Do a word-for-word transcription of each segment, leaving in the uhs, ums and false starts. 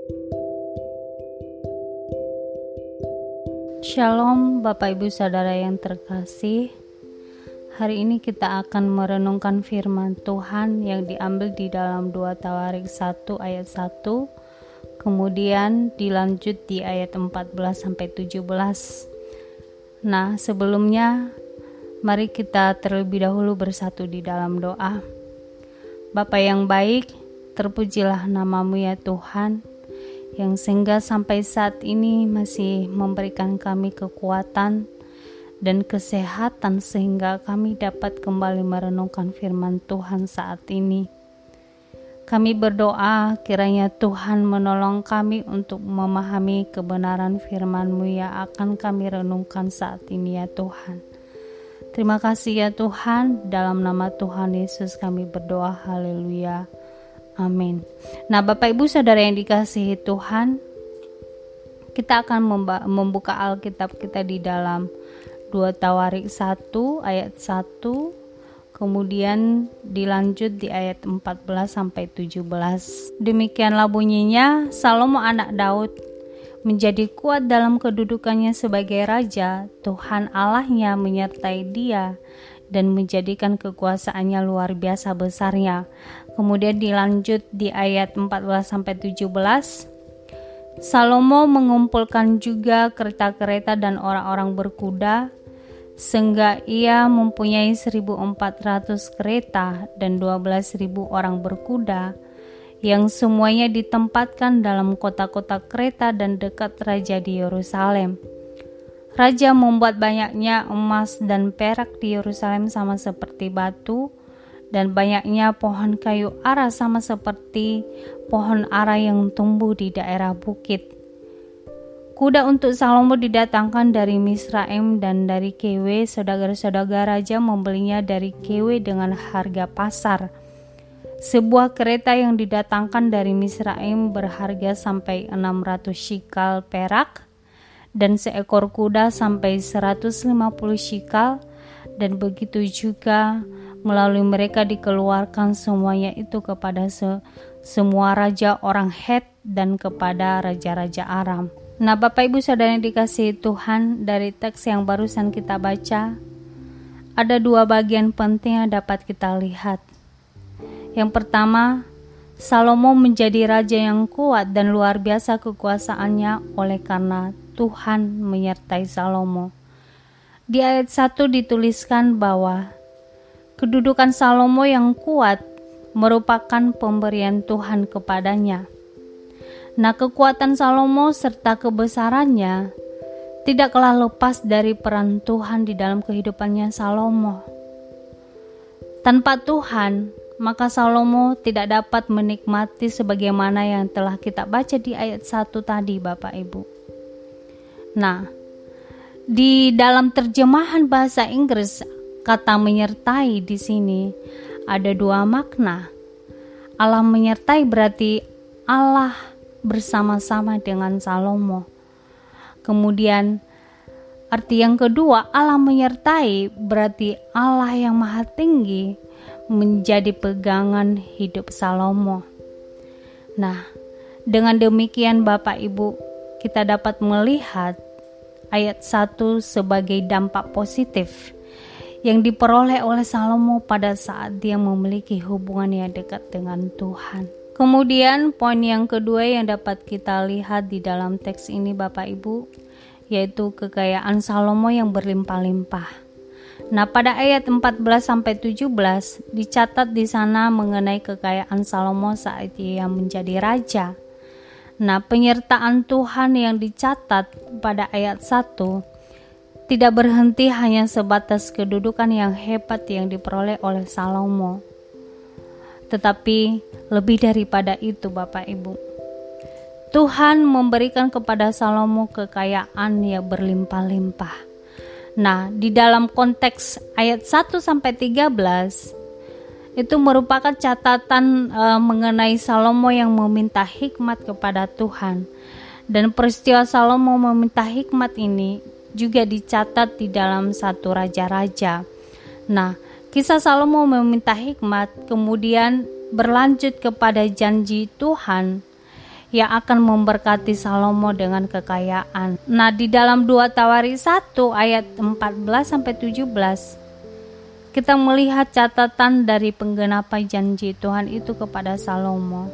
Shalom Bapak Ibu Saudara yang terkasih. Hari ini kita akan merenungkan firman Tuhan yang diambil di dalam dua Tawarik satu ayat satu, kemudian dilanjut di ayat empat belas sampai tujuh belas. Nah, sebelumnya mari kita terlebih dahulu bersatu di dalam doa. Bapa yang baik, terpujilah namamu ya Tuhan, yang sehingga sampai saat ini masih memberikan kami kekuatan dan kesehatan sehingga kami dapat kembali merenungkan firman Tuhan saat ini. Kami berdoa kiranya Tuhan menolong kami untuk memahami kebenaran firman-Mu yang akan kami renungkan saat ini ya Tuhan. Terima kasih ya Tuhan, dalam nama Tuhan Yesus kami berdoa, haleluya. Amin. Nah, Bapak Ibu Saudara yang dikasihi Tuhan, kita akan memba- membuka Alkitab kita di dalam dua Tawarik satu ayat satu, kemudian dilanjut di ayat empat belas sampai tujuh belas. Demikianlah bunyinya, Salomo anak Daud menjadi kuat dalam kedudukannya sebagai raja. Tuhan Allahnya menyertai dia dan menjadikan kekuasaannya luar biasa besarnya. Kemudian dilanjut di ayat empat belas sampai tujuh belas. Salomo mengumpulkan juga kereta-kereta dan orang-orang berkuda, sehingga ia mempunyai seribu empat ratus kereta dan dua belas ribu orang berkuda, yang semuanya ditempatkan dalam kota-kota kereta dan dekat raja di Yerusalem. Raja membuat banyaknya emas dan perak di Yerusalem sama seperti batu, dan banyaknya pohon kayu ara sama seperti pohon ara yang tumbuh di daerah bukit. Kuda untuk Salomo didatangkan dari Misraim dan dari Kewe. Saudagar-saudagar raja membelinya dari Kewe dengan harga pasar. Sebuah kereta yang didatangkan dari Misraim berharga sampai enam ratus shikal perak, dan seekor kuda sampai seratus lima puluh shikal, dan begitu juga melalui mereka dikeluarkan semuanya itu kepada se- semua raja orang Het dan kepada raja-raja Aram. Nah, Bapak Ibu Saudara yang dikasihi Tuhan, dari teks yang barusan kita baca, ada dua bagian penting yang dapat kita lihat. Yang pertama, Salomo menjadi raja yang kuat dan luar biasa kekuasaannya oleh karena Tuhan menyertai Salomo. Di ayat satu dituliskan bahwa kedudukan Salomo yang kuat merupakan pemberian Tuhan kepadanya. Nah, kekuatan Salomo serta kebesarannya tidaklah lepas dari peran Tuhan di dalam kehidupannya Salomo. Tanpa Tuhan, maka Salomo tidak dapat menikmati sebagaimana yang telah kita baca di ayat satu tadi, Bapak Ibu. Nah, di dalam terjemahan bahasa Inggris, kata menyertai di sini ada dua makna. Allah menyertai berarti Allah bersama-sama dengan Salomo. Kemudian arti yang kedua, Allah menyertai berarti Allah yang maha tinggi menjadi pegangan hidup Salomo. Nah, dengan demikian Bapak Ibu, kita dapat melihat ayat satu sebagai dampak positif yang diperoleh oleh Salomo pada saat dia memiliki hubungan yang dekat dengan Tuhan. Kemudian poin yang kedua yang dapat kita lihat di dalam teks ini Bapak Ibu, yaitu kekayaan Salomo yang berlimpah-limpah. Nah, pada ayat empat belas sampai tujuh belas dicatat di sana mengenai kekayaan Salomo saat ia menjadi raja. Nah, penyertaan Tuhan yang dicatat pada ayat satu tidak berhenti hanya sebatas kedudukan yang hebat yang diperoleh oleh Salomo, tetapi lebih daripada itu Bapak Ibu. Tuhan memberikan kepada Salomo kekayaan yang berlimpah-limpah. Nah, di dalam konteks ayat satu sampai tiga belas itu merupakan catatan e, mengenai Salomo yang meminta hikmat kepada Tuhan. Dan peristiwa Salomo meminta hikmat ini juga dicatat di dalam satu raja-raja. Nah, kisah Salomo meminta hikmat kemudian berlanjut kepada janji Tuhan yang akan memberkati Salomo dengan kekayaan. Nah, di dalam dua Tawarik satu ayat empat belas sampai tujuh belas kita melihat catatan dari penggenapan janji Tuhan itu kepada Salomo.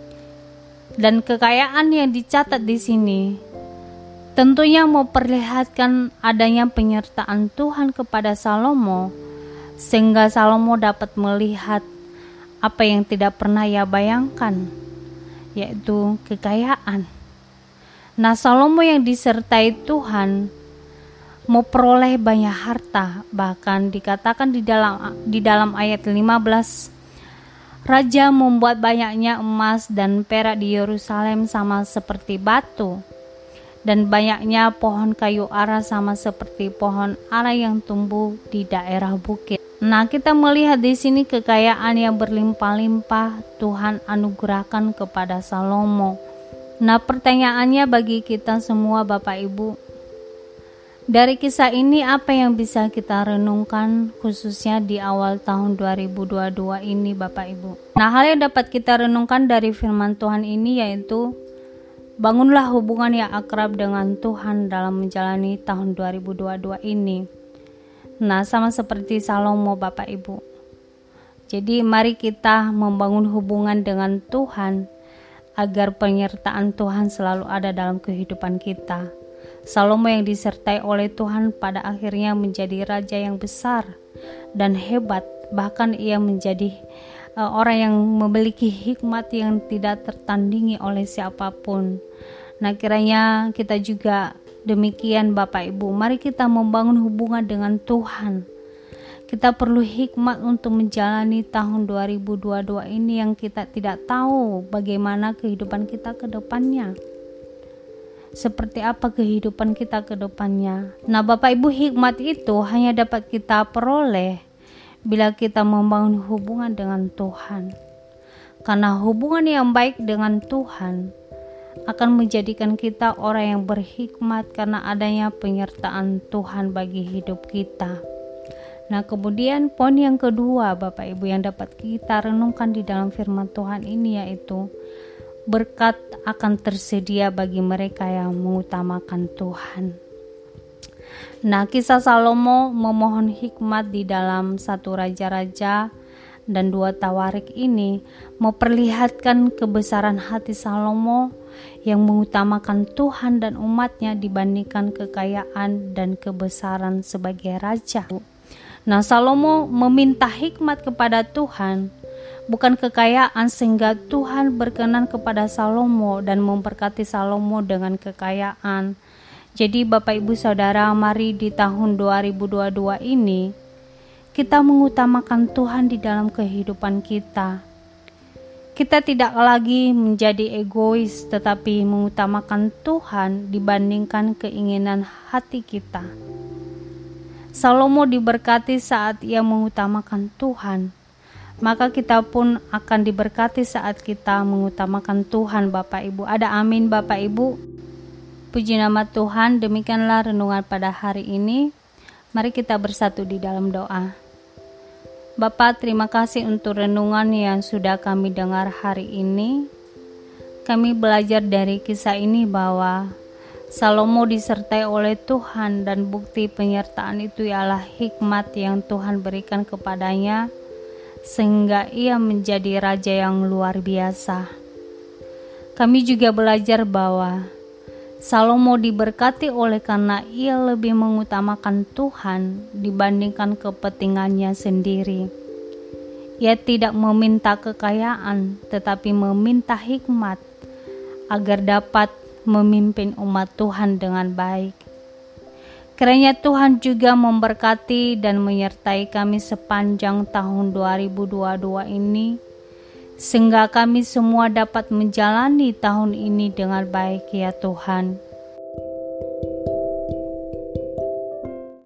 Dan kekayaan yang dicatat di sini tentunya memperlihatkan adanya penyertaan Tuhan kepada Salomo, sehingga Salomo dapat melihat apa yang tidak pernah ia bayangkan, yaitu kekayaan. Nah, Salomo yang disertai Tuhan memperoleh banyak harta, bahkan dikatakan di dalam di dalam ayat lima belas, raja membuat banyaknya emas dan perak di Yerusalem sama seperti batu, dan banyaknya pohon kayu ara sama seperti pohon ara yang tumbuh di daerah bukit. Nah, kita melihat di sini kekayaan yang berlimpah-limpah Tuhan anugerahkan kepada Salomo. Nah, pertanyaannya bagi kita semua Bapak Ibu, dari kisah ini apa yang bisa kita renungkan khususnya di awal tahun dua ribu dua puluh dua ini Bapak Ibu? Nah, hal yang dapat kita renungkan dari firman Tuhan ini yaitu bangunlah hubungan yang akrab dengan Tuhan dalam menjalani tahun dua ribu dua puluh dua ini. Nah, sama seperti Salomo Bapak Ibu. Jadi mari kita membangun hubungan dengan Tuhan agar penyertaan Tuhan selalu ada dalam kehidupan kita. Salomo yang disertai oleh Tuhan pada akhirnya menjadi raja yang besar dan hebat, bahkan ia menjadi uh, orang yang memiliki hikmat yang tidak tertandingi oleh siapapun. Nah, kiranya kita juga demikian Bapak Ibu. Mari kita membangun hubungan dengan Tuhan. Kita perlu hikmat untuk menjalani tahun dua ribu dua puluh dua ini yang kita tidak tahu bagaimana kehidupan kita ke depannya. Seperti apa kehidupan kita ke depannya. Nah, Bapak Ibu, hikmat itu hanya dapat kita peroleh bila kita membangun hubungan dengan Tuhan. Karena hubungan yang baik dengan Tuhan akan menjadikan kita orang yang berhikmat karena adanya penyertaan Tuhan bagi hidup kita. Nah, kemudian poin yang kedua Bapak Ibu yang dapat kita renungkan di dalam firman Tuhan ini yaitu berkat akan tersedia bagi mereka yang mengutamakan Tuhan. Nah, kisah Salomo memohon hikmat di dalam satu Raja-Raja dan dua Tawarik ini memperlihatkan kebesaran hati Salomo yang mengutamakan Tuhan dan umatnya dibandingkan kekayaan dan kebesaran sebagai raja. Nah, Salomo meminta hikmat kepada Tuhan, bukan kekayaan, sehingga Tuhan berkenan kepada Salomo dan memberkati Salomo dengan kekayaan. Jadi Bapak Ibu Saudara, mari di tahun dua ribu dua puluh dua ini kita mengutamakan Tuhan di dalam kehidupan kita. Kita tidak lagi menjadi egois, tetapi mengutamakan Tuhan dibandingkan keinginan hati kita. Salomo diberkati saat ia mengutamakan Tuhan, maka kita pun akan diberkati saat kita mengutamakan Tuhan Bapak Ibu. Ada amin Bapak Ibu? Puji nama Tuhan, demikianlah renungan pada hari ini. Mari kita bersatu di dalam doa. Bapa, terima kasih untuk renungan yang sudah kami dengar hari ini. Kami belajar dari kisah ini bahwa Salomo disertai oleh Tuhan dan bukti penyertaan itu ialah hikmat yang Tuhan berikan kepadanya sehingga ia menjadi raja yang luar biasa. Kami juga belajar bahwa Salomo diberkati oleh karena ia lebih mengutamakan Tuhan dibandingkan kepentingannya sendiri. Ia tidak meminta kekayaan, tetapi meminta hikmat agar dapat memimpin umat Tuhan dengan baik. Kiranya Tuhan juga memberkati dan menyertai kami sepanjang tahun dua ribu dua puluh dua ini, sehingga kami semua dapat menjalani tahun ini dengan baik ya Tuhan.